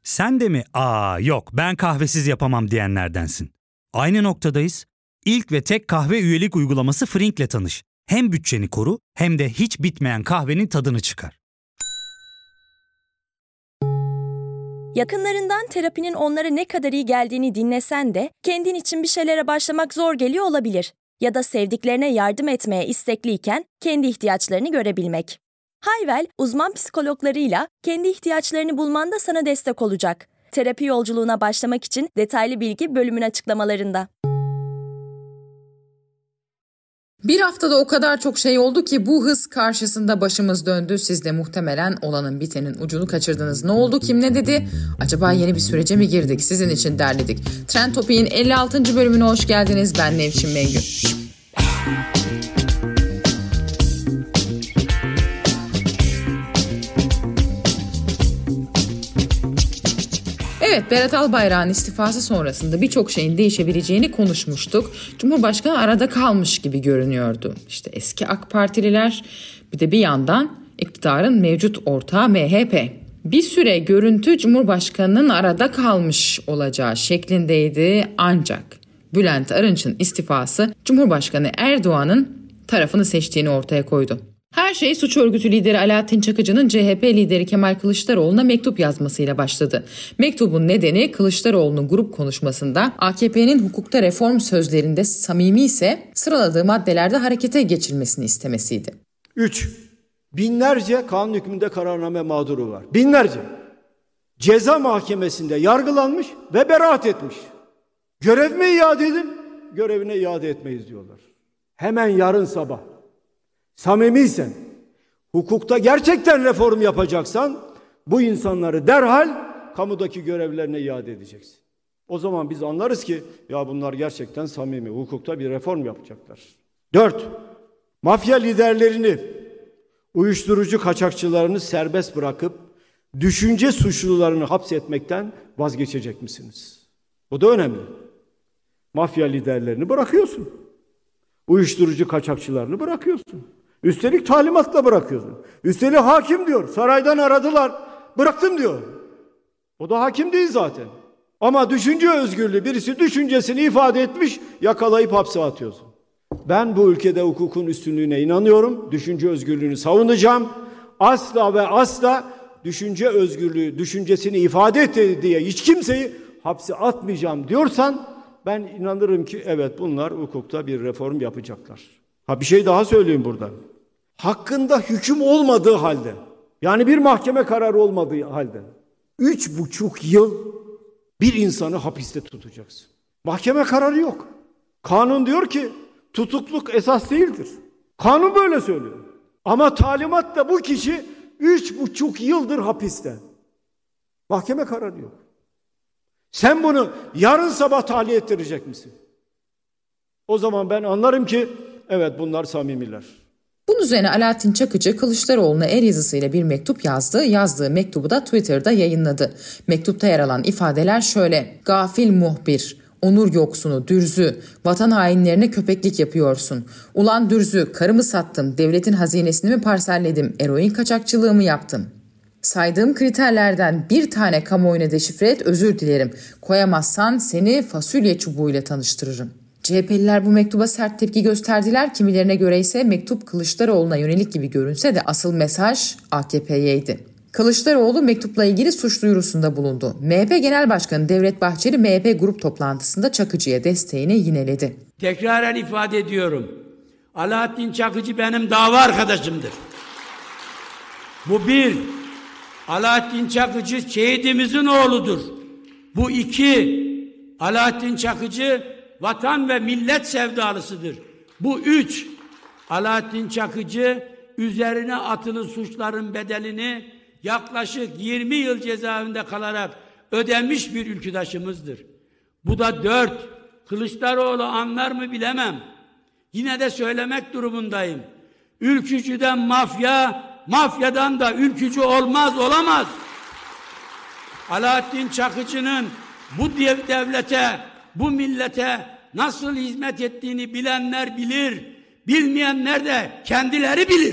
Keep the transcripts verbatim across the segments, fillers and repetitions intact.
Sen de mi "Aa yok ben kahvesiz yapamam" diyenlerdensin? Aynı noktadayız. İlk ve tek kahve üyelik uygulaması Frink'le tanış. Hem bütçeni koru hem de hiç bitmeyen kahvenin tadını çıkar. Yakınlarından terapinin onlara ne kadar iyi geldiğini dinlesen de kendin için bir şeylere başlamak zor geliyor olabilir. Ya da sevdiklerine yardım etmeye istekliyken kendi ihtiyaçlarını görebilmek. Hayvel, uzman psikologlarıyla kendi ihtiyaçlarını bulmanda sana destek olacak. Terapi yolculuğuna başlamak için detaylı bilgi bölümün açıklamalarında. Bir haftada o kadar çok şey oldu ki bu hız karşısında başımız döndü. Siz de muhtemelen olanın bitenin ucunu kaçırdınız. Ne oldu, kim ne dedi? Acaba yeni bir sürece mi girdik? Sizin için derledik. Trend Topik'in elli altıncı bölümüne hoş geldiniz. Ben Nevşin Mengü. Evet, Berat Albayrak'ın istifası sonrasında birçok şeyin değişebileceğini konuşmuştuk. Cumhurbaşkanı arada kalmış gibi görünüyordu. İşte eski AK Partililer, bir de bir yandan iktidarın mevcut ortağı M H P. Bir süre görüntü Cumhurbaşkanı'nın arada kalmış olacağı şeklindeydi, ancak Bülent Arınç'ın istifası Cumhurbaşkanı Erdoğan'ın tarafını seçtiğini ortaya koydu. Her şey suç örgütü lideri Alaaddin Çakıcı'nın C H P lideri Kemal Kılıçdaroğlu'na mektup yazmasıyla başladı. Mektubun nedeni Kılıçdaroğlu'nun grup konuşmasında A K P'nin hukukta reform sözlerinde samimi ise sıraladığı maddelerde harekete geçilmesini istemesiydi. üç. Binlerce kanun hükmünde kararname mağduru var. Binlerce. Ceza mahkemesinde yargılanmış ve beraat etmiş. Görev mi iade edin? Görevine iade etmeyiz diyorlar. Hemen yarın sabah. Samimiysen, hukukta gerçekten reform yapacaksan bu insanları derhal kamudaki görevlerine iade edeceksin. O zaman biz anlarız ki ya bunlar gerçekten samimi, hukukta bir reform yapacaklar. Dört, mafya liderlerini, uyuşturucu kaçakçılarını serbest bırakıp düşünce suçlularını hapsetmekten vazgeçecek misiniz? Bu da önemli. Mafya liderlerini bırakıyorsun. Uyuşturucu kaçakçılarını bırakıyorsun. Üstelik talimatla bırakıyorsun. Üstelik hakim diyor. Saraydan aradılar. Bıraktım diyor. O da hakim değil zaten. Ama düşünce özgürlüğü, birisi düşüncesini ifade etmiş, yakalayıp hapse atıyorsun. Ben bu ülkede hukukun üstünlüğüne inanıyorum. Düşünce özgürlüğünü savunacağım. Asla ve asla düşünce özgürlüğü, düşüncesini ifade etti diye hiç kimseyi hapse atmayacağım diyorsan ben inanırım ki evet bunlar hukukta bir reform yapacaklar. Ha bir şey daha söyleyeyim burada. Hakkında hüküm olmadığı halde, yani bir mahkeme kararı olmadığı halde üç buçuk yıl bir insanı hapiste tutacaksın. Mahkeme kararı yok. Kanun diyor ki tutukluk esas değildir. Kanun böyle söylüyor. Ama talimatta bu kişi üç buçuk yıldır hapiste. Mahkeme kararı yok. Sen bunu yarın sabah tahliye ettirecek misin? O zaman ben anlarım ki evet bunlar samimiler. Bunun üzerine Alaaddin Çakıcı Kılıçdaroğlu'na el yazısıyla bir mektup yazdı. Yazdığı mektubu da Twitter'da yayınladı. Mektupta yer alan ifadeler şöyle: Gafil muhbir, onur yoksunu, dürzü, vatan hainlerine köpeklik yapıyorsun. Ulan dürzü, karımı sattım, devletin hazinesini mi parselledim, eroin kaçakçılığı mı yaptım? Saydığım kriterlerden bir tane kamuoyuna deşifre et, özür dilerim. Koyamazsan seni fasulye çubuğuyla tanıştırırım. C H P'liler bu mektuba sert tepki gösterdiler. Kimilerine göre ise mektup Kılıçdaroğlu'na yönelik gibi görünse de asıl mesaj A K P'yeydi. Kılıçdaroğlu mektupla ilgili suç duyurusunda bulundu. M H P Genel Başkanı Devlet Bahçeli M H P grup toplantısında Çakıcı'ya desteğini yineledi. Tekraren ifade ediyorum. Alaaddin Çakıcı benim dava arkadaşımdır. Bu bir. Alaaddin Çakıcı şehidimizin oğludur. Bu iki. Alaaddin Çakıcı vatan ve millet sevdalısıdır. Bu üç. Alaaddin Çakıcı üzerine atılı suçların bedelini yaklaşık yirmi yıl cezaevinde kalarak ödemiş bir ülküdaşımızdır. Bu da dört. Kılıçdaroğlu anlar mı bilemem. Yine de söylemek durumundayım. Ülkücüden mafya, mafyadan da ülkücü olmaz, olamaz. Alaaddin Çakıcı'nın bu devlete, bu millete nasıl hizmet ettiğini bilenler bilir, bilmeyenler de kendileri bilir.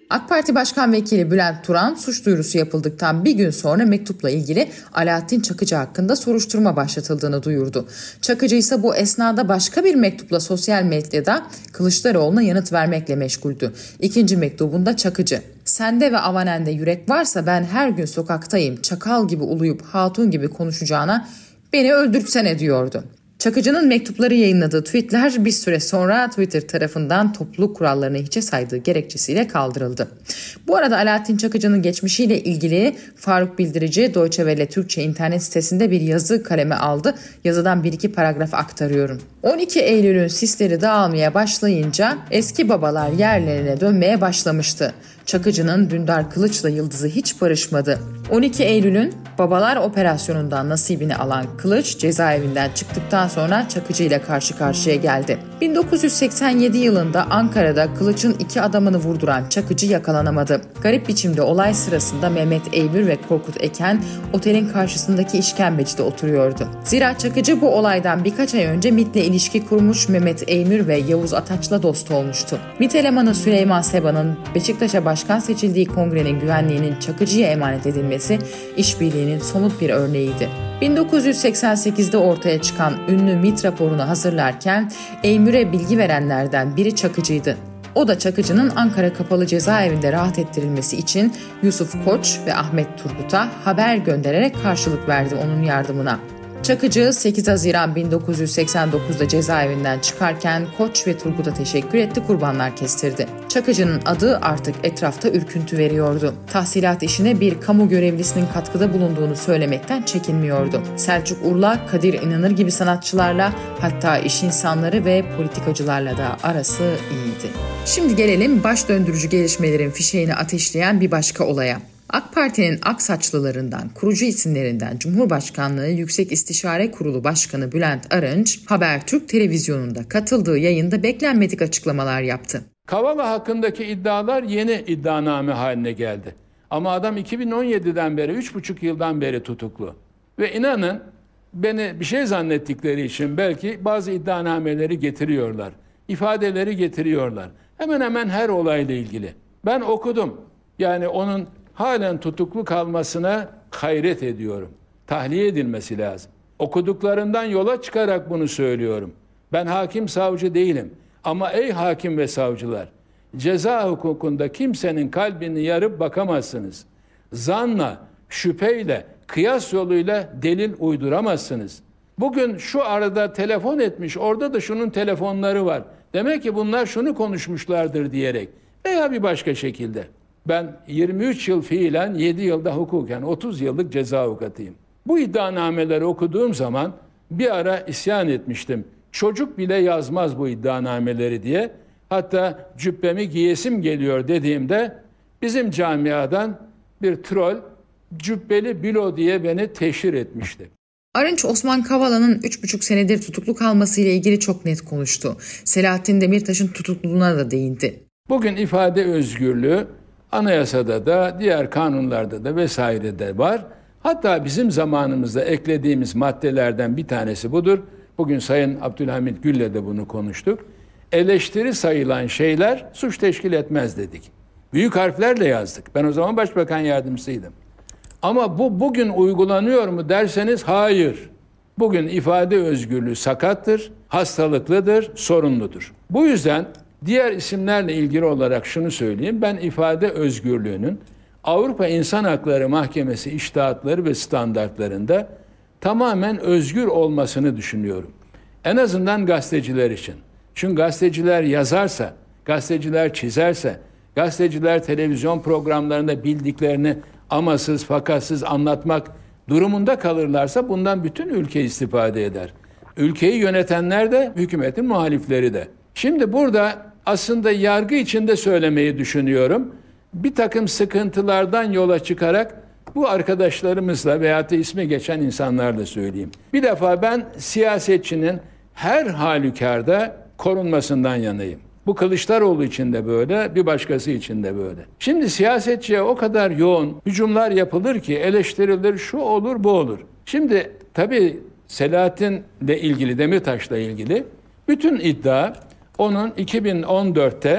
AK Parti Başkan Vekili Bülent Turan suç duyurusu yapıldıktan bir gün sonra mektupla ilgili Alaaddin Çakıcı hakkında soruşturma başlatıldığını duyurdu. Çakıcı ise bu esnada başka bir mektupla sosyal medyada Kılıçdaroğlu'na yanıt vermekle meşguldü. İkinci mektubunda Çakıcı, "Sende ve Avanen'de yürek varsa ben her gün sokaktayım, çakal gibi uluyup hatun gibi konuşacağına beni öldürtsene" diyordu. Çakıcı'nın mektupları yayınladığı tweetler bir süre sonra Twitter tarafından topluluk kurallarını hiçe saydığı gerekçesiyle kaldırıldı. Bu arada Alaaddin Çakıcı'nın geçmişiyle ilgili Faruk Bildirici Deutsche Welle Türkçe internet sitesinde bir yazı kaleme aldı. Yazıdan bir iki paragraf aktarıyorum. on iki Eylül'ün sisleri dağılmaya başlayınca eski babalar yerlerine dönmeye başlamıştı. Çakıcı'nın Dündar Kılıç'la yıldızı hiç barışmadı. on iki Eylül'ün babalar operasyonundan nasibini alan Kılıç cezaevinden çıktıktan sonra Çakıcı ile karşı karşıya geldi. bin dokuz yüz seksen yedi yılında Ankara'da Kılıç'ın iki adamını vurduran Çakıcı yakalanamadı. Garip biçimde olay sırasında Mehmet Eymür ve Korkut Eken otelin karşısındaki işkembecide oturuyordu. Zira Çakıcı bu olaydan birkaç ay önce M İ T'le ilişki kurmuş, Mehmet Eymür ve Yavuz Ataç'la dost olmuştu. M İ T elemanı Süleyman Seba'nın Beşiktaş'a başkan seçildiği kongrenin güvenliğinin Çakıcı'ya emanet edilmesi işbirliğinin somut bir örneğiydi. bin dokuz yüz seksen sekizde ortaya çıkan ünlü M İ T raporunu hazırlarken Eymür'e bilgi verenlerden biri Çakıcı'ydı. O da Çakıcı'nın Ankara Kapalı Cezaevinde rahat ettirilmesi için Yusuf Koç ve Ahmet Turgut'a haber göndererek karşılık verdi onun yardımına. Çakıcı sekiz Haziran bin dokuz yüz seksen dokuzda cezaevinden çıkarken Koç ve Turgut'a teşekkür etti, kurbanlar kestirdi. Çakıcı'nın adı artık etrafta ürküntü veriyordu. Tahsilat işine bir kamu görevlisinin katkıda bulunduğunu söylemekten çekinmiyordu. Selçuk Urla, Kadir İnanır gibi sanatçılarla, hatta iş insanları ve politikacılarla da arası iyiydi. Şimdi gelelim baş döndürücü gelişmelerin fişeğini ateşleyen bir başka olaya. AK Parti'nin Aksaçlılarından, kurucu isimlerinden Cumhurbaşkanlığı Yüksek İstişare Kurulu Başkanı Bülent Arınç, Habertürk televizyonunda katıldığı yayında beklenmedik açıklamalar yaptı. Kavala hakkındaki iddialar yeni iddianame haline geldi. Ama adam iki bin on yediden beri, üç buçuk yıldan beri tutuklu. Ve inanın beni bir şey zannettikleri için belki bazı iddianameleri getiriyorlar. İfadeleri getiriyorlar. Hemen hemen her olayla ilgili. Ben okudum. Yani onun halen tutuklu kalmasına hayret ediyorum. Tahliye edilmesi lazım. Okuduklarından yola çıkarak bunu söylüyorum. Ben hakim savcı değilim. Ama ey hakim ve savcılar, ceza hukukunda kimsenin kalbini yarıp bakamazsınız. Zanla, şüpheyle, kıyas yoluyla delil uyduramazsınız. Bugün şu arada telefon etmiş, orada da şunun telefonları var. Demek ki bunlar şunu konuşmuşlardır diyerek veya bir başka şekilde. Ben yirmi üç yıl fiilen, yedi yılda hukuken, otuz yıllık ceza avukatıyım. Bu iddianameleri okuduğum zaman bir ara isyan etmiştim. Çocuk bile yazmaz bu iddianameleri diye. Hatta cübbemi giyesim geliyor dediğimde bizim camiadan bir troll cübbeli bilo diye beni teşhir etmişti. Arınç, Osman Kavala'nın üç buçuk senedir tutuklu kalmasıyla ilgili çok net konuştu. Selahattin Demirtaş'ın tutukluluğuna da değindi. Bugün ifade özgürlüğü anayasada da, diğer kanunlarda da vesairede var. Hatta bizim zamanımızda eklediğimiz maddelerden bir tanesi budur. Bugün Sayın Abdülhamit Gül'le de bunu konuştuk. Eleştiri sayılan şeyler suç teşkil etmez dedik. Büyük harflerle yazdık. Ben o zaman başbakan yardımcısıydım. Ama bu bugün uygulanıyor mu derseniz hayır. Bugün ifade özgürlüğü sakattır, hastalıklıdır, sorunludur. Bu yüzden diğer isimlerle ilgili olarak şunu söyleyeyim. Ben ifade özgürlüğünün Avrupa İnsan Hakları Mahkemesi içtihatları ve standartlarında tamamen özgür olmasını düşünüyorum. En azından gazeteciler için. Çünkü gazeteciler yazarsa, gazeteciler çizerse, gazeteciler televizyon programlarında bildiklerini amasız fakatsız anlatmak durumunda kalırlarsa bundan bütün ülke istifade eder. Ülkeyi yönetenler de, hükümetin muhalifleri de. Şimdi burada aslında yargı içinde söylemeyi düşünüyorum. Bir takım sıkıntılardan yola çıkarak bu arkadaşlarımızla veyahut da ismi geçen insanlarla söyleyeyim. Bir defa ben siyasetçinin her halükarda korunmasından yanayım. Bu Kılıçdaroğlu için de böyle, bir başkası için de böyle. Şimdi siyasetçiye o kadar yoğun hücumlar yapılır ki, eleştirilir, şu olur, bu olur. Şimdi tabii Selahattin'le ilgili, Demirtaş'la ilgili bütün iddia onun iki bin on dörtte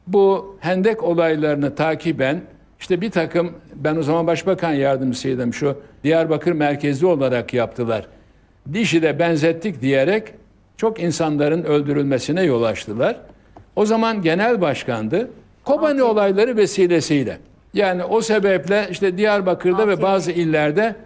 Bu Hendek olaylarını takiben işte bir takım, ben o zaman başbakan yardımcısıydım, şu Diyarbakır merkezli olarak yaptılar. Dişi de benzettik diyerek çok insanların öldürülmesine yol açtılar. O zaman genel başkandı. Kobani olayları vesilesiyle. Yani o sebeple işte Diyarbakır'da ve bazı illerde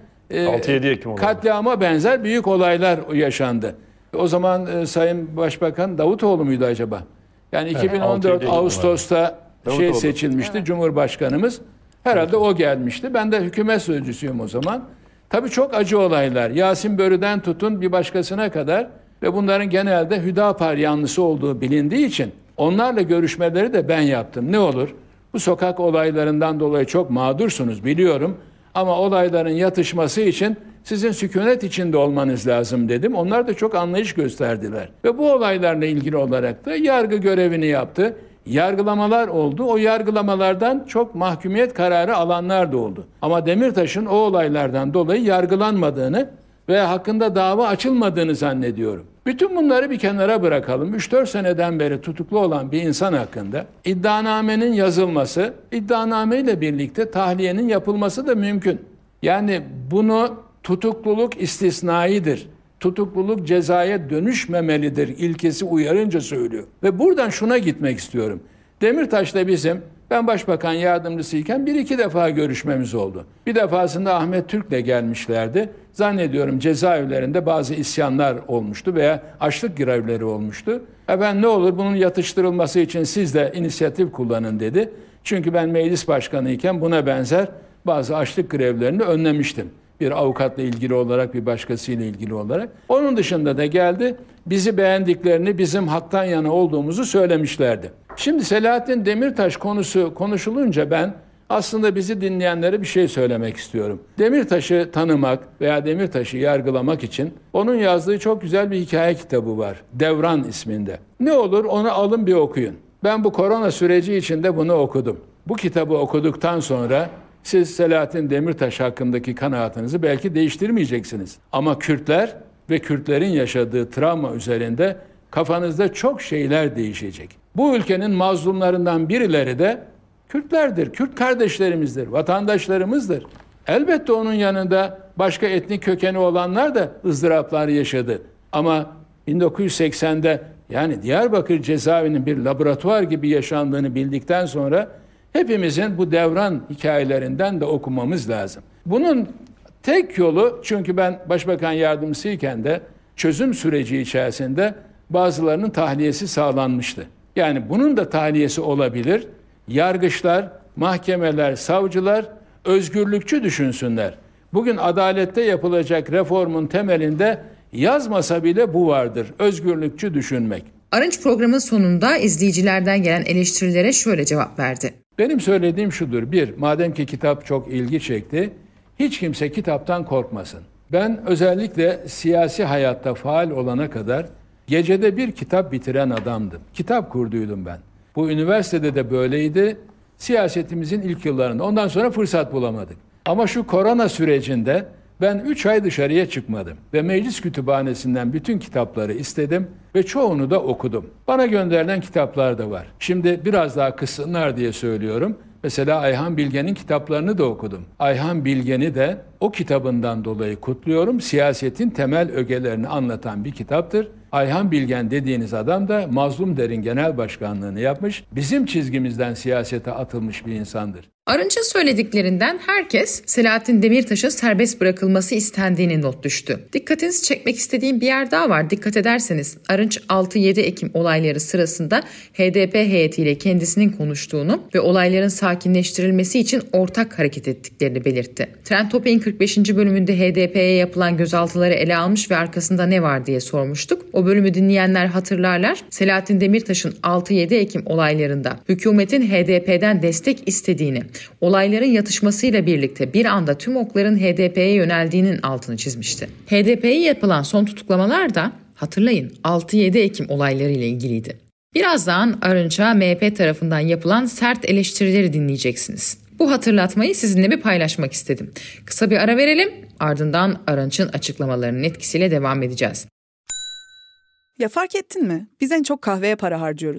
e, katliama benzer büyük olaylar yaşandı. O zaman e, Sayın Başbakan Davutoğlu muydu acaba? Yani evet, iki bin on dört Ağustos'ta şey seçilmişti, evet. Cumhurbaşkanımız. Herhalde o gelmişti. Ben de hükümet sözcüsüyüm o zaman. Tabii çok acı olaylar. Yasin Börü'den tutun bir başkasına kadar ve bunların genelde Hüdapar yanlısı olduğu bilindiği için onlarla görüşmeleri de ben yaptım. Ne olur? Bu sokak olaylarından dolayı çok mağdursunuz biliyorum. Ama olayların yatışması için sizin sükunet içinde olmanız lazım dedim. Onlar da çok anlayış gösterdiler. Ve bu olaylarla ilgili olarak da yargı görevini yaptı. Yargılamalar oldu. O yargılamalardan çok mahkumiyet kararı alanlar da oldu. Ama Demirtaş'ın o olaylardan dolayı yargılanmadığını ve hakkında dava açılmadığını zannediyorum. Bütün bunları bir kenara bırakalım. üç dört seneden beri tutuklu olan bir insan hakkında iddianamenin yazılması, iddianameyle birlikte tahliyenin yapılması da mümkün. Yani bunu tutukluluk istisnaidir. Tutukluluk cezaya dönüşmemelidir ilkesi uyarınca söylüyor. Ve buradan şuna gitmek istiyorum. Demirtaş'la bizim, ben başbakan yardımcısıyken bir iki defa görüşmemiz oldu. Bir defasında Ahmet Türk'le gelmişlerdi. Zannediyorum cezaevlerinde bazı isyanlar olmuştu veya açlık grevleri olmuştu. E ben ne olur bunun yatıştırılması için siz de inisiyatif kullanın dedi. Çünkü ben meclis başkanıyken buna benzer bazı açlık grevlerini önlemiştim. Bir avukatla ilgili olarak, bir başkasıyla ilgili olarak. Onun dışında da geldi, bizi beğendiklerini, bizim haktan yana olduğumuzu söylemişlerdi. Şimdi Selahattin Demirtaş konusu konuşulunca ben aslında bizi dinleyenlere bir şey söylemek istiyorum. Demirtaş'ı tanımak veya Demirtaş'ı yargılamak için onun yazdığı çok güzel bir hikaye kitabı var. Devran isminde. Ne olur onu alın bir okuyun. Ben bu korona süreci içinde bunu okudum. Bu kitabı okuduktan sonra siz Selahattin Demirtaş hakkındaki kanaatinizi belki değiştirmeyeceksiniz. Ama Kürtler ve Kürtlerin yaşadığı travma üzerinde kafanızda çok şeyler değişecek. Bu ıülkenin mazlumlarından birileri de Kürtlerdir, Kürt kardeşlerimizdir, vatandaşlarımızdır. Elbette onun yanında başka etnik kökeni olanlar da ızdıraplar yaşadı. Ama bin dokuz yüz seksende yani Diyarbakır cezaevinin bir laboratuvar gibi yaşandığını bildikten sonra hepimizin bu devran hikayelerinden de okumamız lazım. Bunun tek yolu, çünkü ben başbakan yardımcısıyken de çözüm süreci içerisinde bazılarının tahliyesi sağlanmıştı. Yani bunun da tahliyesi olabilir. Yargıçlar, mahkemeler, savcılar özgürlükçü düşünsünler. Bugün adalette yapılacak reformun temelinde yazmasa bile bu vardır. Özgürlükçü düşünmek. Arınç programın sonunda izleyicilerden gelen eleştirilere şöyle cevap verdi. Benim söylediğim şudur. Bir, madem ki kitap çok ilgi çekti, hiç kimse kitaptan korkmasın. Ben özellikle siyasi hayatta faal olana kadar gecede bir kitap bitiren adamdım. Kitap kurduydum ben. Bu üniversitede de böyleydi. Siyasetimizin ilk yıllarında. Ondan sonra fırsat bulamadık. Ama şu korona sürecinde ben üç ay dışarıya çıkmadım. Ve meclis kütüphanesinden bütün kitapları istedim ve çoğunu da okudum. Bana gönderilen kitaplar da var. Şimdi biraz daha kıssınlar diye söylüyorum. Mesela Ayhan Bilgen'in kitaplarını da okudum. Ayhan Bilgen'i de o kitabından dolayı kutluyorum. Siyasetin temel ögelerini anlatan bir kitaptır. Ayhan Bilgen dediğiniz adam da Mazlum Der'in genel başkanlığını yapmış. Bizim çizgimizden siyasete atılmış bir insandır. Arınç'ın söylediklerinden herkes Selahattin Demirtaş'ın serbest bırakılması istendiğini not düştü. Dikkatinizi çekmek istediğim bir yer daha var. Dikkat ederseniz Arınç altı yedi Ekim olayları sırasında H D P heyetiyle kendisinin konuştuğunu ve olayların sakinleştirilmesi için ortak hareket ettiklerini belirtti. Trend Topi'nin kırk beşinci bölümünde H D P'ye yapılan gözaltıları ele almış ve arkasında ne var diye sormuştuk. O bölümü dinleyenler hatırlarlar. Selahattin Demirtaş'ın altı yedi Ekim olaylarında hükümetin H D P'den destek istediğini, olayların yatışmasıyla birlikte bir anda tüm okların H D P'ye yöneldiğinin altını çizmişti. H D P'ye yapılan son tutuklamalar da hatırlayın altı yedi Ekim olayları ile ilgiliydi. Birazdan Arınç'a M H P tarafından yapılan sert eleştirileri dinleyeceksiniz. Bu hatırlatmayı sizinle bir paylaşmak istedim. Kısa bir ara verelim, ardından Arınç'ın açıklamalarının etkisiyle devam edeceğiz. Ya fark ettin mi? Biz en çok kahveye para harcıyoruz.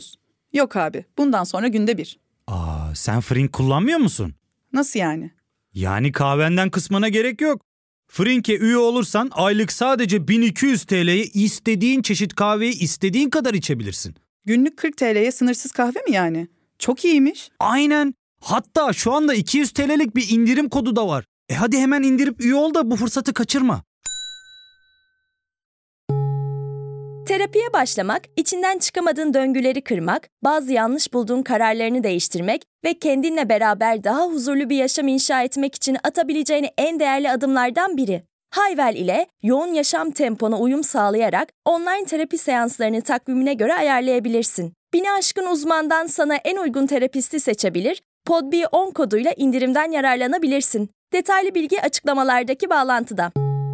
Yok abi, bundan sonra günde bir. Aa, sen Frink kullanmıyor musun? Nasıl yani? Yani kahvenden kısmına gerek yok. Frink'e üye olursan aylık sadece bin iki yüz T L'ye istediğin çeşit kahveyi istediğin kadar içebilirsin. Günlük kırk T L'ye sınırsız kahve mi yani? Çok iyiymiş. Aynen. Hatta şu anda iki yüz T L'lik bir indirim kodu da var. E hadi hemen indirip üye ol da bu fırsatı kaçırma. Terapiye başlamak, içinden çıkamadığın döngüleri kırmak, bazı yanlış bulduğun kararlarını değiştirmek ve kendinle beraber daha huzurlu bir yaşam inşa etmek için atabileceğin en değerli adımlardan biri. Hayvel ile yoğun yaşam tempona uyum sağlayarak online terapi seanslarını takvimine göre ayarlayabilirsin. Bini aşkın uzmandan sana en uygun terapisti seçebilir, Pod B on koduyla indirimden yararlanabilirsin. Detaylı bilgi açıklamalardaki bağlantıda.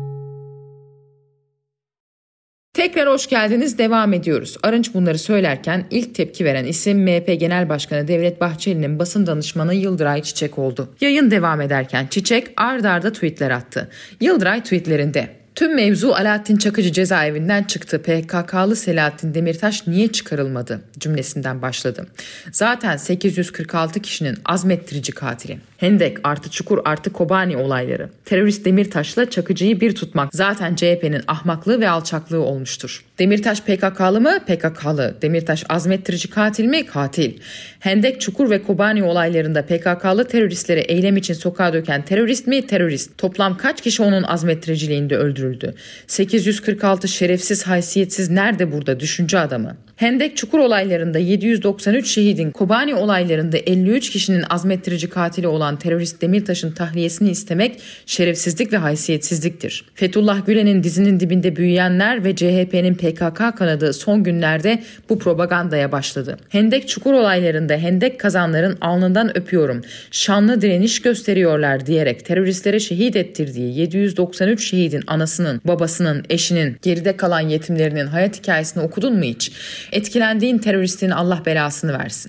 Tekrar hoş geldiniz, devam ediyoruz. Arınç bunları söylerken ilk tepki veren isim M H P Genel Başkanı Devlet Bahçeli'nin basın danışmanı Yıldıray Çiçek oldu. Yayın devam ederken Çiçek ard arda tweetler attı. Yıldıray tweetlerinde: "Tüm mevzu Alaaddin Çakıcı cezaevinden çıktı. P K K'lı Selahattin Demirtaş niye çıkarılmadı?" cümlesinden başladı. Zaten sekiz yüz kırk altı kişinin azmettirici katili. Hendek artı Çukur artı Kobani olayları. Terörist Demirtaş'la Çakıcı'yı bir tutmak zaten C H P'nin ahmaklığı ve alçaklığı olmuştur. Demirtaş P K K'lı mı? P K K'lı. Demirtaş azmettirici katil mi? Katil. Hendek, Çukur ve Kobani olaylarında P K K'lı teröristleri eylem için sokağa döken terörist mi? Terörist. Toplam kaç kişi onun azmettiriciliğinde öldürüldü? sekiz yüz kırk altı şerefsiz, haysiyetsiz nerede burada düşünce adamı? Hendek, Çukur olaylarında yedi yüz doksan üç şehidin, Kobani olaylarında elli üç kişinin azmettirici katili olan terörist Demirtaş'ın tahliyesini istemek şerefsizlik ve haysiyetsizliktir. Fethullah Gülen'in dizinin dibinde büyüyenler ve C H P'nin P K K kanadı son günlerde bu propagandaya başladı. Hendek, Çukur olaylarında hendek kazanların alnından öpüyorum, şanlı direniş gösteriyorlar diyerek teröristlere şehit ettirdiği yedi yüz doksan üç şehidin anasının, babasının, eşinin, geride kalan yetimlerinin hayat hikayesini okudun mu hiç? Etkilendiğin teröristin Allah belasını versin.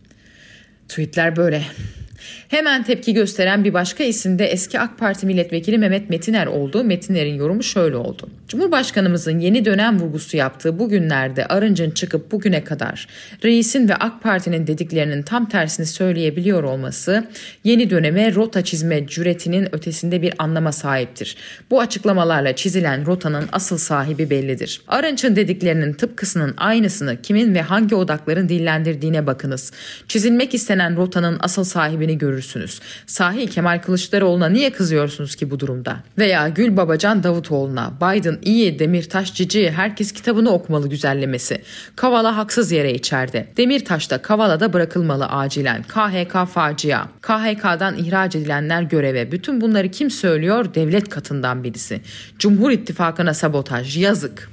Tweetler böyle. Hemen tepki gösteren bir başka isim de eski AK Parti milletvekili Mehmet Metiner oldu. Metiner'in yorumu şöyle oldu: Cumhurbaşkanımızın yeni dönem vurgusu yaptığı bu günlerde Arınç'ın çıkıp bugüne kadar reisin ve AK Parti'nin dediklerinin tam tersini söyleyebiliyor olması yeni döneme rota çizme cüretinin ötesinde bir anlama sahiptir. Bu açıklamalarla çizilen rotanın asıl sahibi bellidir. Arınç'ın dediklerinin tıpkısının aynısını kimin ve hangi odakların dillendirdiğine bakınız. Çizilmek istenen rotanın asıl sahibini görürsünüz. Sahi Kemal Kılıçdaroğlu'na niye kızıyorsunuz ki bu durumda? Veya Gül Babacan Davutoğlu'na Biden iyi, Demirtaş cici, herkes kitabını okumalı güzellemesi. Kavala haksız yere içeride. Demirtaş da Kavala'da bırakılmalı acilen. K H K facia. K H K'dan ihraç edilenler göreve. Bütün bunları kim söylüyor? Devlet katından birisi. Cumhur İttifakı'na sabotaj. Yazık.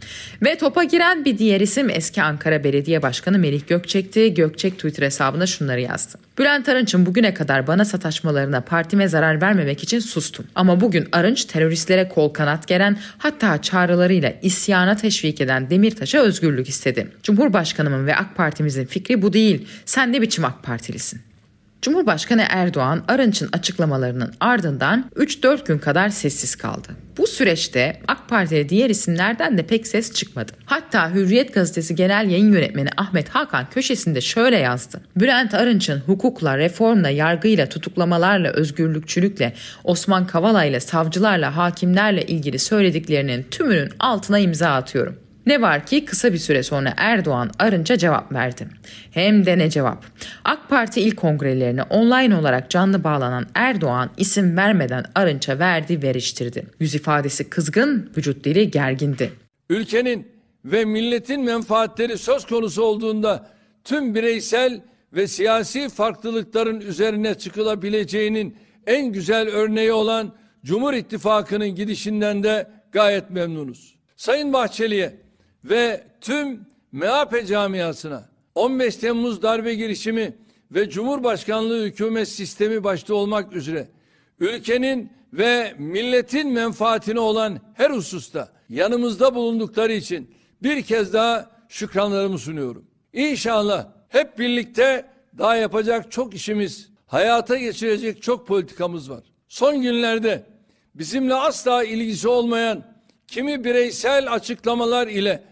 Ve topa giren bir diğer isim eski Ankara Belediye Başkanı Melih Gökçek'ti. Gökçek Twitter hesabına şunları yazdı: Bülent Arınç'ın bugüne kadar bana sataşmalarına partime zarar vermemek için sustum. Ama bugün Arınç teröristlere kol kanat geren, hatta çağrılarıyla isyana teşvik eden Demirtaş'a özgürlük istedi. Cumhurbaşkanımın ve AK Partimizin fikri bu değil. Sen ne biçim AK Partilisin? Cumhurbaşkanı Erdoğan, Arınç'ın açıklamalarının ardından üç dört gün kadar sessiz kaldı. Bu süreçte AK Parti'de diğer isimlerden de pek ses çıkmadı. Hatta Hürriyet Gazetesi Genel Yayın Yönetmeni Ahmet Hakan köşesinde şöyle yazdı: Bülent Arınç'ın hukukla, reformla, yargıyla, tutuklamalarla, özgürlükçülükle, Osman Kavala'yla, savcılarla, hakimlerle ilgili söylediklerinin tümünün altına imza atıyorum. Ne var ki kısa bir süre sonra Erdoğan Arınç'a cevap verdi. Hem de ne cevap. AK Parti il kongrelerine online olarak canlı bağlanan Erdoğan isim vermeden Arınç'a verdi, veriştirdi. Yüz ifadesi kızgın, vücut dili gergindi. Ülkenin ve milletin menfaatleri söz konusu olduğunda tüm bireysel ve siyasi farklılıkların üzerine çıkılabileceğinin en güzel örneği olan Cumhur İttifakı'nın gidişinden de gayet memnunuz. Sayın Bahçeli'ye ve tüm M H P camiasına on beş Temmuz darbe girişimi ve Cumhurbaşkanlığı hükümet sistemi başta olmak üzere ülkenin ve milletin menfaatine olan her hususta yanımızda bulundukları için bir kez daha şükranlarımı sunuyorum. İnşallah hep birlikte daha yapacak çok işimiz, hayata geçirecek çok politikamız var. Son günlerde bizimle asla ilgisi olmayan kimi bireysel açıklamalar ile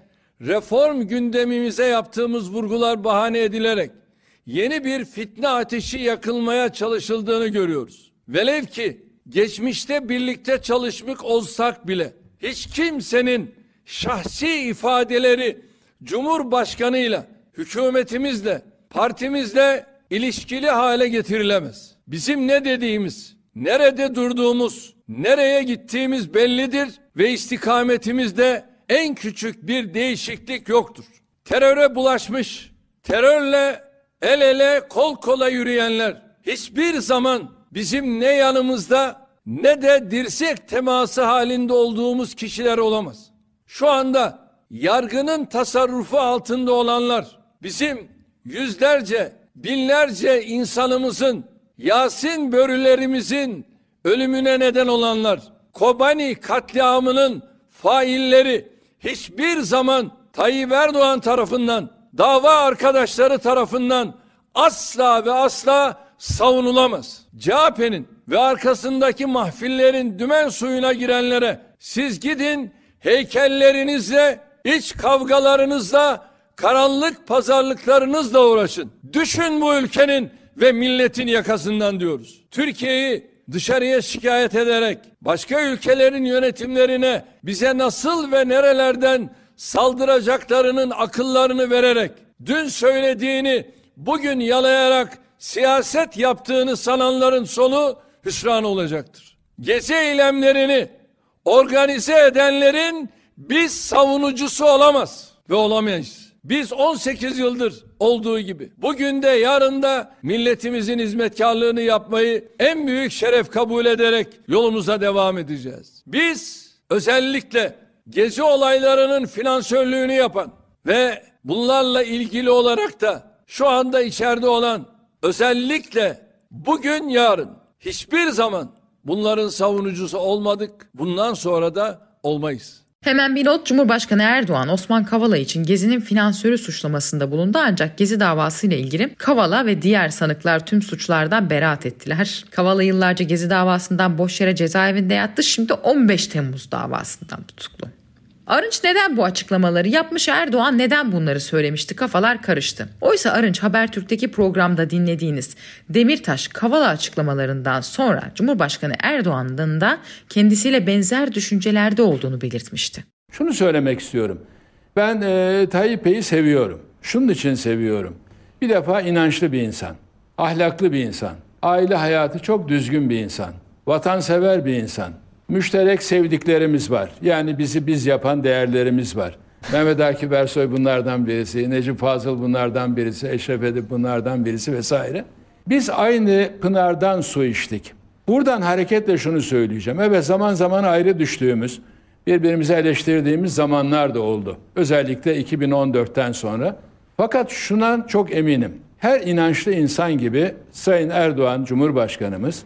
reform gündemimize yaptığımız vurgular bahane edilerek yeni bir fitne ateşi yakılmaya çalışıldığını görüyoruz. Velev ki geçmişte birlikte çalışmış olsak bile hiç kimsenin şahsi ifadeleri Cumhurbaşkanıyla, hükümetimizle, partimizle ilişkili hale getirilemez. Bizim ne dediğimiz, nerede durduğumuz, nereye gittiğimiz bellidir ve istikametimizde en küçük bir değişiklik yoktur. Teröre bulaşmış, terörle el ele kol kola yürüyenler hiçbir zaman bizim ne yanımızda ne de dirsek teması halinde olduğumuz kişiler olamaz. Şu anda yargının tasarrufu altında olanlar bizim yüzlerce, binlerce insanımızın, Yasin börülerimizin ölümüne neden olanlar, Kobani katliamının failleri hiçbir zaman Tayyip Erdoğan tarafından, dava arkadaşları tarafından asla ve asla savunulamaz. C H P'nin ve arkasındaki mahfillerin dümen suyuna girenlere siz gidin heykellerinizle, iç kavgalarınızla, karanlık pazarlıklarınızla uğraşın. Düşün bu ülkenin ve milletin yakasından diyoruz. Türkiye'yi dışarıya şikayet ederek başka ülkelerin yönetimlerine bize nasıl ve nerelerden saldıracaklarının akıllarını vererek dün söylediğini bugün yalayarak siyaset yaptığını sananların sonu hüsran olacaktır. Gezi eylemlerini organize edenlerin biz savunucusu olamaz ve olamayız. Biz on sekiz yıldır olduğu gibi bugün de yarın da milletimizin hizmetkarlığını yapmayı en büyük şeref kabul ederek yolumuza devam edeceğiz. Biz özellikle gezi olaylarının finansörlüğünü yapan ve bunlarla ilgili olarak da şu anda içeride olan özellikle bugün yarın hiçbir zaman bunların savunucusu olmadık. Bundan sonra da olmayız. Hemen bir not, Cumhurbaşkanı Erdoğan Osman Kavala için Gezi'nin finansörü suçlamasında bulundu ancak Gezi davasıyla ilgili Kavala ve diğer sanıklar tüm suçlardan beraat ettiler. Kavala yıllarca Gezi davasından boş yere cezaevinde yattı, şimdi on beş Temmuz davasından tutuklu. Arınç neden bu açıklamaları yapmış, Erdoğan neden bunları söylemişti, kafalar karıştı. Oysa Arınç Habertürk'teki programda dinlediğiniz Demirtaş Kavala açıklamalarından sonra Cumhurbaşkanı Erdoğan'ın da kendisiyle benzer düşüncelerde olduğunu belirtmişti. Şunu söylemek istiyorum. Ben e, Tayyip Bey'i seviyorum. Şunun için seviyorum. Bir defa inançlı bir insan, ahlaklı bir insan, aile hayatı çok düzgün bir insan, vatansever bir insan. Müşterek sevdiklerimiz var. Yani bizi biz yapan değerlerimiz var. Mehmet Akif Ersoy bunlardan birisi, Necip Fazıl bunlardan birisi, Eşref Edip bunlardan birisi vesaire. Biz aynı pınardan su içtik. Buradan hareketle şunu söyleyeceğim. Evet, zaman zaman ayrı düştüğümüz, birbirimizi eleştirdiğimiz zamanlar da oldu. Özellikle iki bin on dörtten sonra. Fakat şuna çok eminim. Her inançlı insan gibi Sayın Erdoğan Cumhurbaşkanımız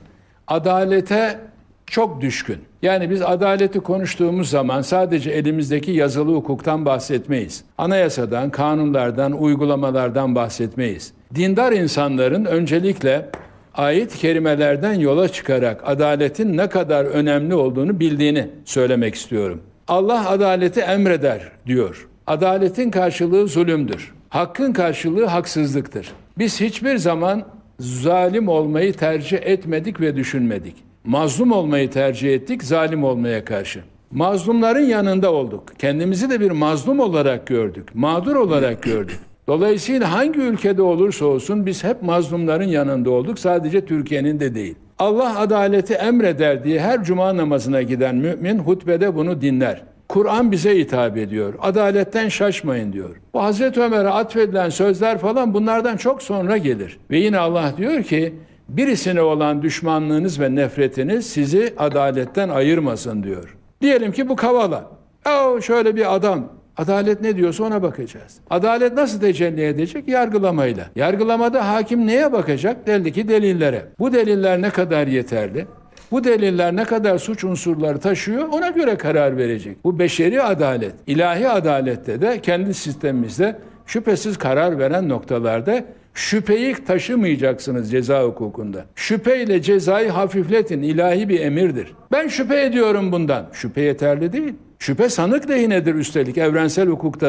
adalete çok düşkün. Yani biz adaleti konuştuğumuz zaman sadece elimizdeki yazılı hukuktan bahsetmeyiz. Anayasadan, kanunlardan, uygulamalardan bahsetmeyiz. Dindar insanların öncelikle ayet-i kerimelerden yola çıkarak adaletin ne kadar önemli olduğunu bildiğini söylemek istiyorum. Allah adaleti emreder diyor. Adaletin karşılığı zulümdür. Hakkın karşılığı haksızlıktır. Biz hiçbir zaman zalim olmayı tercih etmedik ve düşünmedik. Mazlum olmayı tercih ettik, zalim olmaya karşı. Mazlumların yanında olduk. Kendimizi de bir mazlum olarak gördük, mağdur olarak gördük. Dolayısıyla hangi ülkede olursa olsun biz hep mazlumların yanında olduk, sadece Türkiye'nin de değil. Allah adaleti emreder diye her cuma namazına giden mümin hutbede bunu dinler. Kur'an bize hitap ediyor. Adaletten şaşmayın diyor. Bu Hazreti Ömer'e atfedilen sözler falan bunlardan çok sonra gelir. Ve yine Allah diyor ki, birisine olan düşmanlığınız ve nefretiniz sizi adaletten ayırmasın diyor. Diyelim ki bu Kavala. O şöyle bir adam. Adalet ne diyorsa ona bakacağız. Adalet nasıl tecelli edecek? Yargılamayla. Yargılamada hakim neye bakacak? Belli ki delillere. Bu deliller ne kadar yeterli? Bu deliller ne kadar suç unsurları taşıyor? Ona göre karar verecek. Bu beşeri adalet. İlahi adalette de kendi sistemimizde şüphesiz karar veren noktalarda şüpheyi taşımayacaksınız ceza hukukunda. Şüpheyle cezayı hafifletin, ilahi bir emirdir. Ben şüphe ediyorum bundan. Şüphe yeterli değil. Şüphe sanık lehinedir üstelik evrensel hukukta da.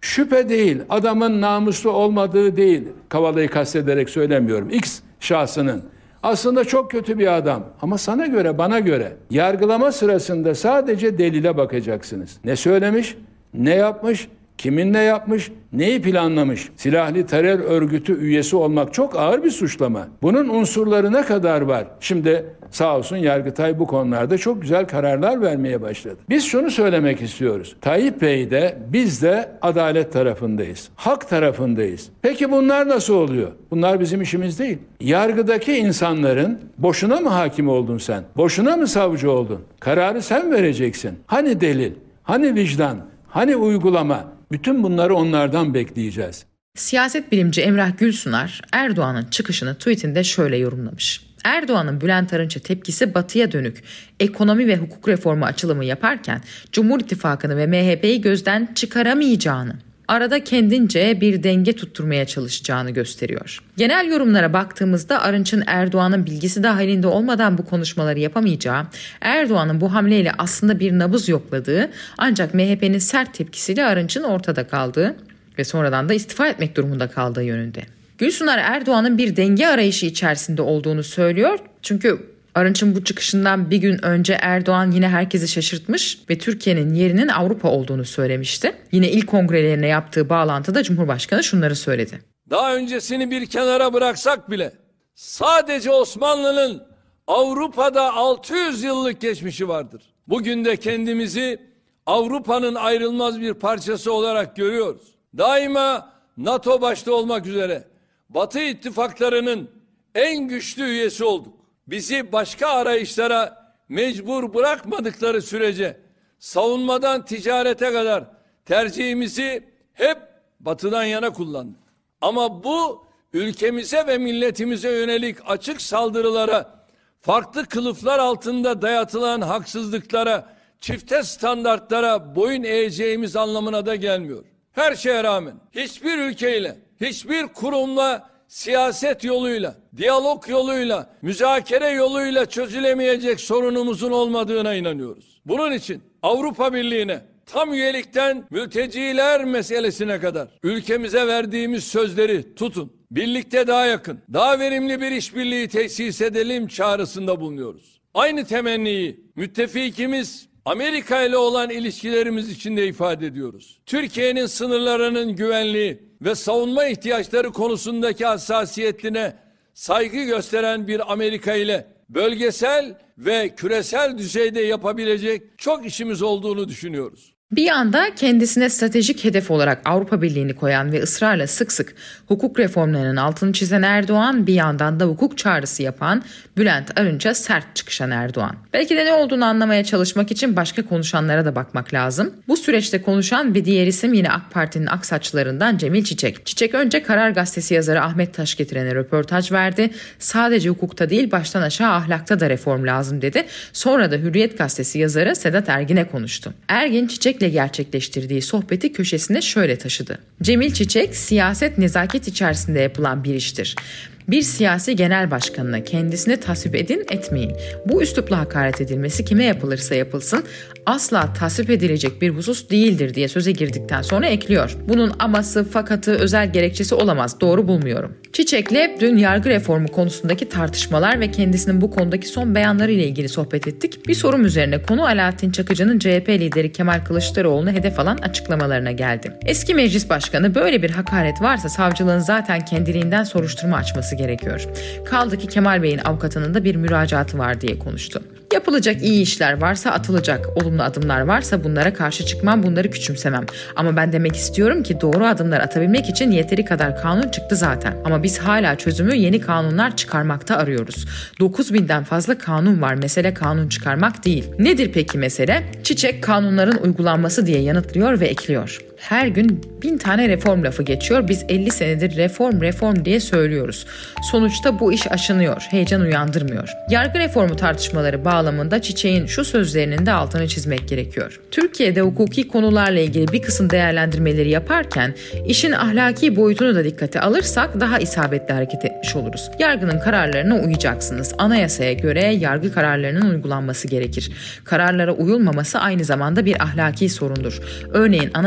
Şüphe değil, adamın namuslu olmadığı değil, Kavala'yı kastederek söylemiyorum, X şahsının. Aslında çok kötü bir adam ama sana göre, bana göre yargılama sırasında sadece delile bakacaksınız. Ne söylemiş, ne yapmış, kiminle yapmış, neyi planlamış? Silahlı terör örgütü üyesi olmak çok ağır bir suçlama. Bunun unsurları ne kadar var? Şimdi sağ olsun Yargıtay bu konularda çok güzel kararlar vermeye başladı. Biz şunu söylemek istiyoruz. Tayyip Bey de biz de adalet tarafındayız. Hak tarafındayız. Peki bunlar nasıl oluyor? Bunlar bizim işimiz değil. Yargıdaki insanların boşuna mı hakim oldun sen? Boşuna mı savcı oldun? Kararı sen vereceksin. Hani delil? Hani vicdan? Hani uygulama? Bütün bunları onlardan bekleyeceğiz. Siyaset bilimci Emrah Gülsunar, Erdoğan'ın çıkışını tweetinde şöyle yorumlamış. Erdoğan'ın Bülent Arınç'a tepkisi batıya dönük ekonomi ve hukuk reformu açılımı yaparken Cumhur İttifakı'nı ve M H P'yi gözden çıkaramayacağını, arada kendince bir denge tutturmaya çalışacağını gösteriyor. Genel yorumlara baktığımızda Arınç'ın Erdoğan'ın bilgisi dahilinde olmadan bu konuşmaları yapamayacağı, Erdoğan'ın bu hamleyle aslında bir nabız yokladığı ancak M H P'nin sert tepkisiyle Arınç'ın ortada kaldığı ve sonradan da istifa etmek durumunda kaldığı yönünde. Gülsunar Erdoğan'ın bir denge arayışı içerisinde olduğunu söylüyor. Çünkü Arınç'ın bu çıkışından bir gün önce Erdoğan yine herkesi şaşırtmış ve Türkiye'nin yerinin Avrupa olduğunu söylemişti. Yine ilk kongrelerine yaptığı bağlantıda Cumhurbaşkanı şunları söyledi. Daha öncesini bir kenara bıraksak bile sadece Osmanlı'nın Avrupa'da altı yüz yıllık geçmişi vardır. Bugün de kendimizi Avrupa'nın ayrılmaz bir parçası olarak görüyoruz. Daima NATO başta olmak üzere Batı ittifaklarının en güçlü üyesi olduk. Bizi başka arayışlara mecbur bırakmadıkları sürece savunmadan ticarete kadar tercihimizi hep Batı'dan yana kullandık. Ama bu ülkemize ve milletimize yönelik açık saldırılara, farklı kılıflar altında dayatılan haksızlıklara, çifte standartlara boyun eğeceğimiz anlamına da gelmiyor. Her şeye rağmen hiçbir ülkeyle, hiçbir kurumla siyaset yoluyla, diyalog yoluyla, müzakere yoluyla çözülemeyecek sorunumuzun olmadığına inanıyoruz. Bunun için Avrupa Birliği'ne, tam üyelikten mülteciler meselesine kadar ülkemize verdiğimiz sözleri tutun. Birlikte daha yakın, daha verimli bir işbirliği tesis edelim çağrısında bulunuyoruz. Aynı temenniyi müttefikimiz Amerika ile olan ilişkilerimiz için de ifade ediyoruz. Türkiye'nin sınırlarının güvenliği ve savunma ihtiyaçları konusundaki hassasiyetine saygı gösteren bir Amerika ile bölgesel ve küresel düzeyde yapabilecek çok işimiz olduğunu düşünüyoruz. Bir yanda kendisine stratejik hedef olarak Avrupa Birliği'ni koyan ve ısrarla sık sık hukuk reformlarının altını çizen Erdoğan, bir yandan da hukuk çağrısı yapan Bülent Arınç'a sert çıkışan Erdoğan. Belki de ne olduğunu anlamaya çalışmak için başka konuşanlara da bakmak lazım. Bu süreçte konuşan bir diğer isim yine AK Parti'nin aksaçlarından Cemil Çiçek. Çiçek önce Karar Gazetesi yazarı Ahmet Taşgetiren'e röportaj verdi. Sadece hukukta değil baştan aşağı ahlakta da reform lazım dedi. Sonra da Hürriyet Gazetesi yazarı Sedat Ergin'e konuştu. Ergin Çiçek'le gerçekleştirdiği sohbeti köşesine şöyle taşıdı. Cemil Çiçek, siyaset nezaket içerisinde yapılan bir iştir. Bir siyasi genel başkanına kendisini tasvip edin etmeyin. Bu üslupla hakaret edilmesi kime yapılırsa yapılsın asla tasvip edilecek bir husus değildir diye söze girdikten sonra ekliyor. Bunun aması, fakatı, özel gerekçesi olamaz. Doğru bulmuyorum. Çiçek'le dün yargı reformu konusundaki tartışmalar ve kendisinin bu konudaki son beyanları ile ilgili sohbet ettik. Bir sorum üzerine konu Alaaddin Çakıcı'nın C H P lideri Kemal Kılıçdaroğlu'nu hedef alan açıklamalarına geldi. Eski meclis başkanı böyle bir hakaret varsa savcılığın zaten kendiliğinden soruşturma açması gerekiyor. Kaldı ki Kemal Bey'in avukatının da bir müracaatı var diye konuştu. Yapılacak iyi işler varsa atılacak, olumlu adımlar varsa bunlara karşı çıkmam, bunları küçümsemem. Ama ben demek istiyorum ki doğru adımlar atabilmek için yeteri kadar kanun çıktı zaten. Ama biz hala çözümü yeni kanunlar çıkarmakta arıyoruz. dokuz binden fazla kanun var, mesele kanun çıkarmak değil. Nedir peki mesele? Çiçek kanunların uygulanması diye yanıtlıyor ve ekliyor. Her gün bin tane reform lafı geçiyor. Biz elli senedir reform reform diye söylüyoruz. Sonuçta bu iş aşınıyor, heyecan uyandırmıyor. Yargı reformu tartışmaları bağlamında Çiçek'in şu sözlerinin de altını çizmek gerekiyor. Türkiye'de hukuki konularla ilgili bir kısım değerlendirmeleri yaparken işin ahlaki boyutunu da dikkate alırsak daha isabetli hareket etmiş oluruz. Yargının kararlarına uyacaksınız. Anayasaya göre yargı kararlarının uygulanması gerekir. Kararlara uyulmaması aynı zamanda bir ahlaki sorundur. Örneğin Anayasa Mahkemesi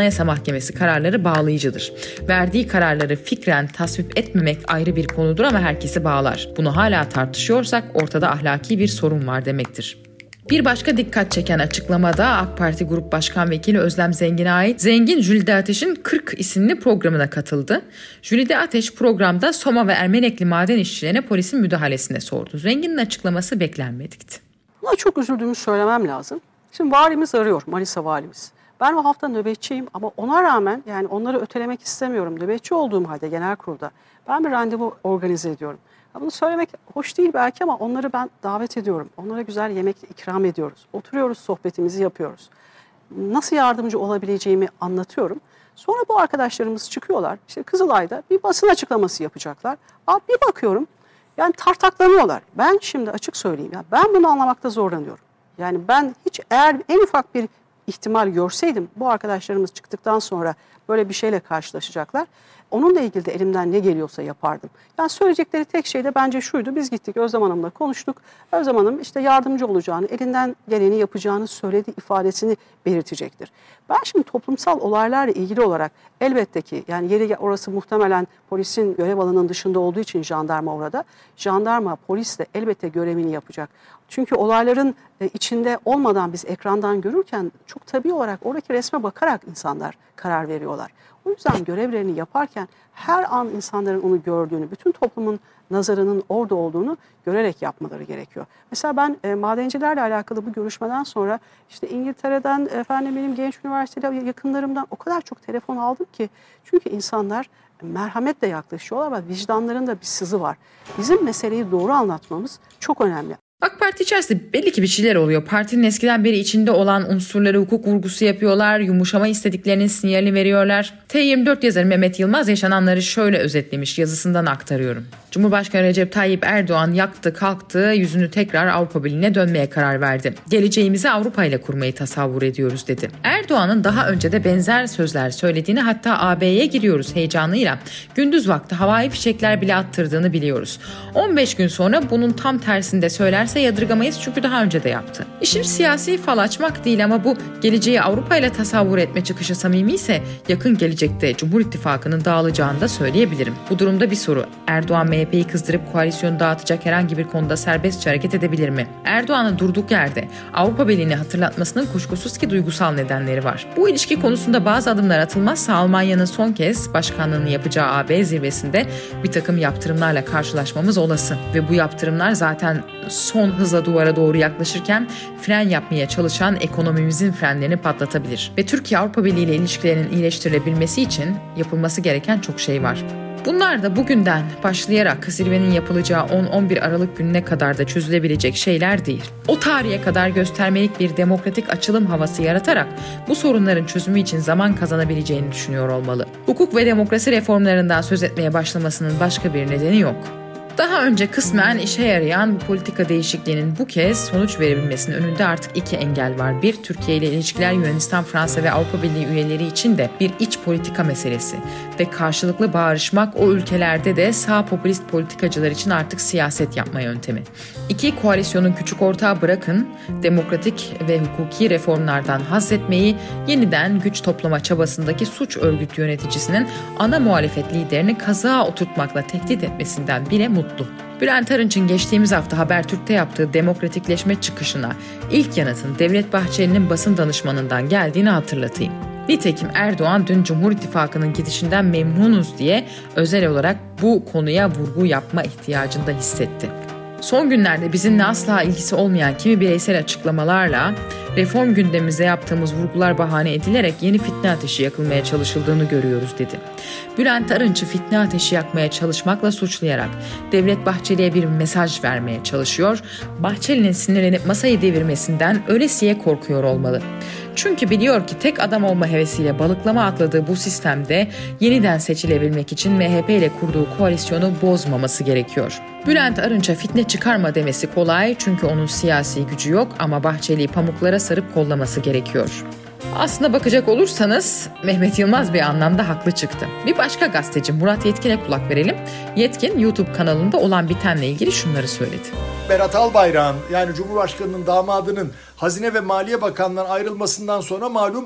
Mahkemesi kararları bağlayıcıdır. Verdiği kararları fikren tasvip etmemek ayrı bir konudur ama herkesi bağlar. Bunu hala tartışıyorsak ortada ahlaki bir sorun var demektir. Bir başka dikkat çeken açıklamada AK Parti Grup Başkan Vekili Özlem Zengin'e ait Zengin Jülide Ateş'in kırk isimli programına katıldı. Jülide Ateş programda Soma ve Ermenekli maden işçilerine polisin müdahalesine sordu. Zengin'in açıklaması beklenmedikti. Buna çok üzüldüğümü söylemem lazım. Şimdi valimiz arıyor, Manisa valimiz. Ben o hafta nöbetçiyim ama ona rağmen yani onları ötelemek istemiyorum. Nöbetçi olduğum halde genel kurulda ben bir randevu organize ediyorum. Bunu söylemek hoş değil belki ama onları ben davet ediyorum. Onlara güzel yemek ikram ediyoruz. Oturuyoruz, sohbetimizi yapıyoruz. Nasıl yardımcı olabileceğimi anlatıyorum. Sonra bu arkadaşlarımız çıkıyorlar. İşte Kızılay'da bir basın açıklaması yapacaklar. Abi bir bakıyorum yani tartaklanıyorlar. Ben şimdi açık söyleyeyim ya ben bunu anlamakta zorlanıyorum. Yani ben hiç eğer en ufak bir ihtimal görseydim bu arkadaşlarımız çıktıktan sonra böyle bir şeyle karşılaşacaklar. Onunla ilgili de elimden ne geliyorsa yapardım. Yani söyleyecekleri tek şey de bence şuydu. Biz gittik Özlem Hanım'la konuştuk. Özlem Hanım işte yardımcı olacağını, elinden geleni yapacağını söylediği ifadesini belirtecektir. Ben şimdi toplumsal olaylarla ilgili olarak elbette ki yani yeri orası muhtemelen polisin görev alanının dışında olduğu için jandarma orada. Jandarma, polis de elbette görevini yapacak. Çünkü olayların içinde olmadan biz ekrandan görürken çok tabii olarak oradaki resme bakarak insanlar karar veriyorlar. O yüzden görevlerini yaparken her an insanların onu gördüğünü, bütün toplumun nazarının orada olduğunu görerek yapmaları gerekiyor. Mesela ben e, madencilerle alakalı bu görüşmeden sonra işte İngiltere'den, efendim benim genç üniversiteli yakınlarımdan o kadar çok telefon aldım ki. Çünkü insanlar merhametle yaklaşıyorlar ama vicdanlarında bir sızı var. Bizim meseleyi doğru anlatmamız çok önemli. AK Parti içerisinde belli ki bir şeyler oluyor. Partinin eskiden beri içinde olan unsurları hukuk vurgusu yapıyorlar, yumuşama istediklerinin sinyalini veriyorlar. T yirmi dört yazarı Mehmet Yılmaz yaşananları şöyle özetlemiş, yazısından aktarıyorum. Cumhurbaşkanı Recep Tayyip Erdoğan yaktı kalktı, yüzünü tekrar Avrupa Birliği'ne dönmeye karar verdi. Geleceğimizi Avrupa ile kurmayı tasavvur ediyoruz dedi. Erdoğan'ın daha önce de benzer sözler söylediğini, hatta A B'ye giriyoruz heyecanıyla gündüz vakti havai fişekler bile attırdığını biliyoruz. on beş gün sonra bunun tam tersinde söylerse yadırgamayız çünkü daha önce de yaptı. İşim siyasi fal açmak değil ama bu geleceği Avrupa ile tasavvur etme çıkışı samimi ise yakın gelecekte Cumhur İttifakı'nın dağılacağını da söyleyebilirim. Bu durumda bir soru: Erdoğan M H P'yi kızdırıp koalisyonu dağıtacak herhangi bir konuda serbestçe hareket edebilir mi? Erdoğan'ın durduk yerde Avrupa Birliği'ni hatırlatmasının kuşkusuz ki duygusal nedenleri var. Bu ilişki konusunda bazı adımlar atılmazsa Almanya'nın son kez başkanlığını yapacağı A B zirvesinde bir takım yaptırımlarla karşılaşmamız olası ve bu yaptırımlar zaten son hızla duvara doğru yaklaşırken fren yapmaya çalışan ekonomimizin frenlerini patlatabilir. Ve Türkiye-Avrupa Birliği ile ilişkilerinin iyileştirilebilmesi için yapılması gereken çok şey var. Bunlar da bugünden başlayarak zirvenin yapılacağı on on bir Aralık gününe kadar da çözülebilecek şeyler değil. O tarihe kadar göstermelik bir demokratik açılım havası yaratarak bu sorunların çözümü için zaman kazanabileceğini düşünüyor olmalı. Hukuk ve demokrasi reformlarından söz etmeye başlamasının başka bir nedeni yok. Daha önce kısmen işe yarayan bu politika değişikliğinin bu kez sonuç verebilmesinin önünde artık iki engel var. Bir, Türkiye ile ilişkiler Yunanistan, Fransa ve Avrupa Birliği üyeleri için de bir iç politika meselesi ve karşılıklı bağırışmak o ülkelerde de sağ popülist politikacılar için artık siyaset yapma yöntemi. İki, koalisyonun küçük ortağı bırakın demokratik ve hukuki reformlardan haz etmeyi, yeniden güç toplama çabasındaki suç örgütü yöneticisinin ana muhalefet liderini kazığa oturtmakla tehdit etmesinden bile mutlu. Bülent Arınç'ın geçtiğimiz hafta Habertürk'te yaptığı demokratikleşme çıkışına ilk yanıtın Devlet Bahçeli'nin basın danışmanından geldiğini hatırlatayım. Nitekim Erdoğan dün Cumhur İttifakı'nın gidişinden memnunuz diye özel olarak bu konuya vurgu yapma ihtiyacını da hissetti. Son günlerde bizimle asla ilgisi olmayan kimi bireysel açıklamalarla reform gündemimize yaptığımız vurgular bahane edilerek yeni fitne ateşi yakılmaya çalışıldığını görüyoruz dedi. Bülent Arınç'ı fitne ateşi yakmaya çalışmakla suçlayarak Devlet Bahçeli'ye bir mesaj vermeye çalışıyor. Bahçeli'nin sinirlenip masayı devirmesinden ölesiye korkuyor olmalı. Çünkü biliyor ki tek adam olma hevesiyle balıklama atladığı bu sistemde yeniden seçilebilmek için M H P ile kurduğu koalisyonu bozmaması gerekiyor. Bülent Arınç'a fitne çıkarma demesi kolay çünkü onun siyasi gücü yok ama Bahçeli'yi pamuklara sarıp kollaması gerekiyor. Aslında bakacak olursanız Mehmet Yılmaz bir anlamda haklı çıktı. Bir başka gazeteci Murat Yetkin'e kulak verelim. Yetkin YouTube kanalında olan bitenle ilgili şunları söyledi. Berat Albayrak'ın yani Cumhurbaşkanı'nın damadının Hazine ve Maliye Bakanlığı'ndan ayrılmasından sonra malum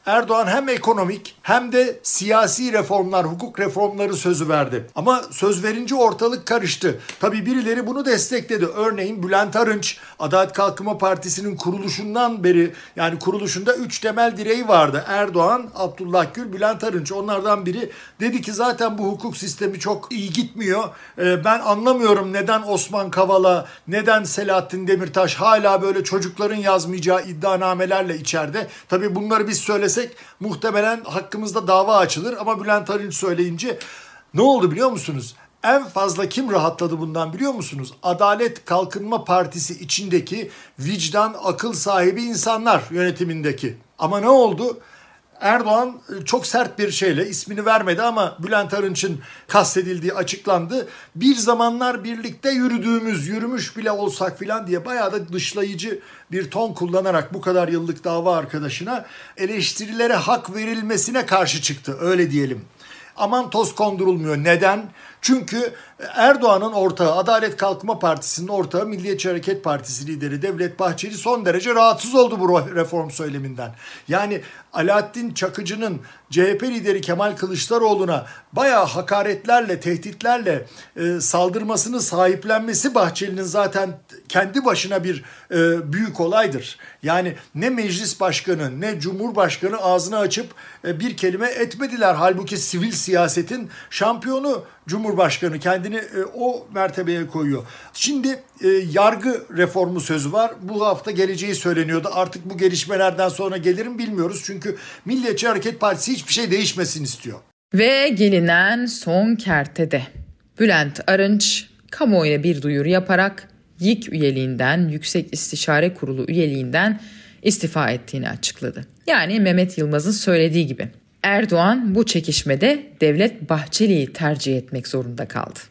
Erdoğan hem ekonomik hem de siyasi reformlar, hukuk reformları sözü verdi. Ama söz verince ortalık karıştı. Tabii birileri bunu destekledi. Örneğin Bülent Arınç, Adalet Kalkınma Partisi'nin kuruluşundan beri, yani kuruluşunda üç temel direği vardı. Erdoğan, Abdullah Gül, Bülent Arınç. Onlardan biri dedi ki zaten bu hukuk sistemi çok iyi gitmiyor. Ee, ben anlamıyorum neden Osman Kavala, neden Selahattin Demirtaş hala böyle çocukların yazmayacağı iddianamelerle içeride. Tabii bunları biz söylesek muhtemelen hakkımızda dava açılır ama Bülent Arınç söyleyince ne oldu biliyor musunuz? En fazla kim rahatladı bundan biliyor musunuz? Adalet Kalkınma Partisi içindeki vicdan, akıl sahibi insanlar yönetimindeki. Ama ne oldu? Erdoğan çok sert bir şeyle, ismini vermedi ama Bülent Arınç'ın kastedildiği açıklandı. Bir zamanlar birlikte yürüdüğümüz, yürümüş bile olsak filan diye bayağı da dışlayıcı bir ton kullanarak bu kadar yıllık dava arkadaşına eleştirilere hak verilmesine karşı çıktı, öyle diyelim. Aman toz kondurulmuyor. Neden? Çünkü Erdoğan'ın ortağı, Adalet Kalkınma Partisi'nin ortağı Milliyetçi Hareket Partisi lideri Devlet Bahçeli son derece rahatsız oldu bu reform söyleminden. Yani Alaaddin Çakıcı'nın C H P lideri Kemal Kılıçdaroğlu'na bayağı hakaretlerle, tehditlerle e, saldırmasını sahiplenmesi Bahçeli'nin zaten kendi başına bir e, büyük olaydır. Yani ne meclis başkanı ne cumhurbaşkanı ağzını açıp e, bir kelime etmediler. Halbuki sivil siyasetin şampiyonu Cumhurbaşkanı kendini e, o mertebeye koyuyor. Şimdi e, yargı reformu sözü var. Bu hafta geleceği söyleniyordu. Artık bu gelişmelerden sonra gelir mi bilmiyoruz. Çünkü Milliyetçi Hareket Partisi hiçbir şey değişmesin istiyor. Ve gelinen son kertede Bülent Arınç kamuoyuna bir duyuru yaparak Y İ K üyeliğinden, Yüksek İstişare Kurulu üyeliğinden istifa ettiğini açıkladı. Yani Mehmet Yılmaz'ın söylediği gibi Erdoğan bu çekişmede Devlet Bahçeli'yi tercih etmek zorunda kaldı.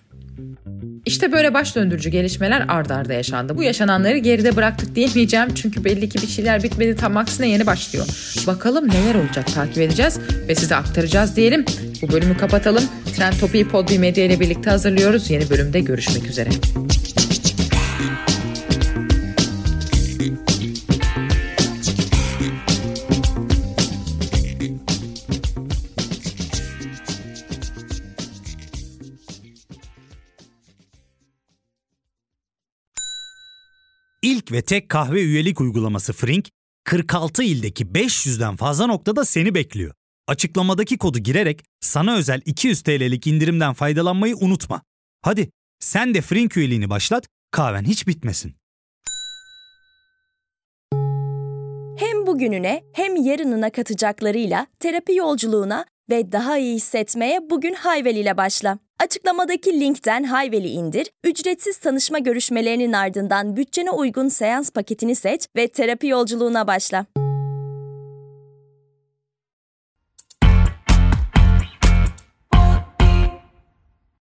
İşte böyle baş döndürücü gelişmeler ard arda yaşandı. Bu yaşananları geride bıraktık diyemeyeceğim çünkü belli ki bir şeyler bitmedi, tam aksine yeni başlıyor. Bakalım neler olacak, takip edeceğiz ve size aktaracağız diyelim. Bu bölümü kapatalım. Trend Topi'yi Podbi Medya ile birlikte hazırlıyoruz. Yeni bölümde görüşmek üzere. İlk ve tek kahve üyelik uygulaması Frink, kırk altı ildeki beş yüzden fazla noktada seni bekliyor. Açıklamadaki kodu girerek sana özel iki yüz TL'lik indirimden faydalanmayı unutma. Hadi sen de Frink üyeliğini başlat, kahven hiç bitmesin. Hem bugününe hem yarınına katacaklarıyla terapi yolculuğuna ve daha iyi hissetmeye bugün Hayvel ile başla. Açıklamadaki linkten Hayvel'i indir, ücretsiz tanışma görüşmelerinin ardından bütçene uygun seans paketini seç ve terapi yolculuğuna başla.